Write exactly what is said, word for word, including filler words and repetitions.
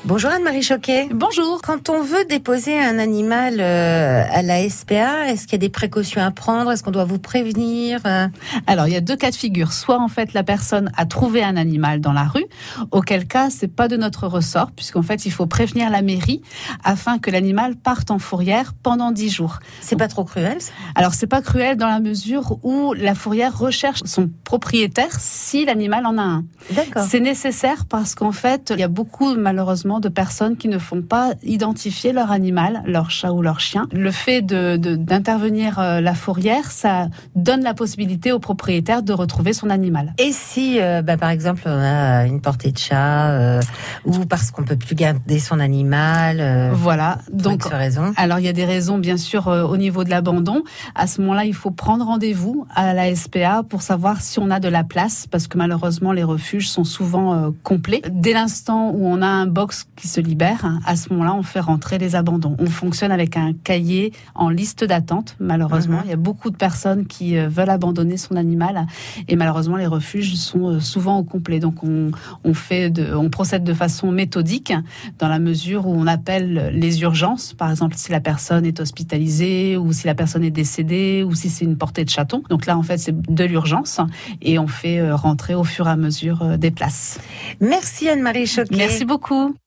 Bonjour Anne-Marie Choquet. Bonjour. Quand on veut déposer un animal euh, à la S P A, est-ce qu'il y a des précautions à prendre? Est-ce qu'on doit vous prévenir? Alors, il y a deux cas de figure. Soit, en fait, la personne a trouvé un animal dans la rue, auquel cas, c'est pas de notre ressort, puisqu'en fait, il faut prévenir la mairie afin que l'animal parte en fourrière pendant dix jours. C'est pas trop cruel, ça? Alors, c'est pas cruel dans la mesure où la fourrière recherche son propriétaire si l'animal en a un. D'accord. C'est nécessaire parce qu'en fait, il y a beaucoup, malheureusement, de personnes qui ne font pas identifier leur animal, leur chat ou leur chien. Le fait de, de, d'intervenir euh, la fourrière, ça donne la possibilité au propriétaire de retrouver son animal. Et si, euh, bah, par exemple, on a une portée de chat, euh, ou parce qu'on peut plus garder son animal, euh, voilà. Donc, pour raison. Alors, il y a des raisons, bien sûr, euh, au niveau de l'abandon. À ce moment-là, il faut prendre rendez-vous à la S P A pour savoir si on a de la place, parce que malheureusement, les refuges sont souvent euh, complets. Dès l'instant où on a un box qui se libère, à ce moment-là, on fait rentrer les abandons. On fonctionne avec un cahier en liste d'attente. Malheureusement, mmh. il y a beaucoup de personnes qui veulent abandonner son animal et malheureusement, les refuges sont souvent au complet. Donc, on, on fait, de, on procède de façon méthodique dans la mesure où on appelle les urgences. Par exemple, si la personne est hospitalisée ou si la personne est décédée ou si c'est une portée de chaton. Donc là, en fait, c'est de l'urgence et on fait rentrer au fur et à mesure des places. Merci Anne-Marie Choquet. Merci beaucoup.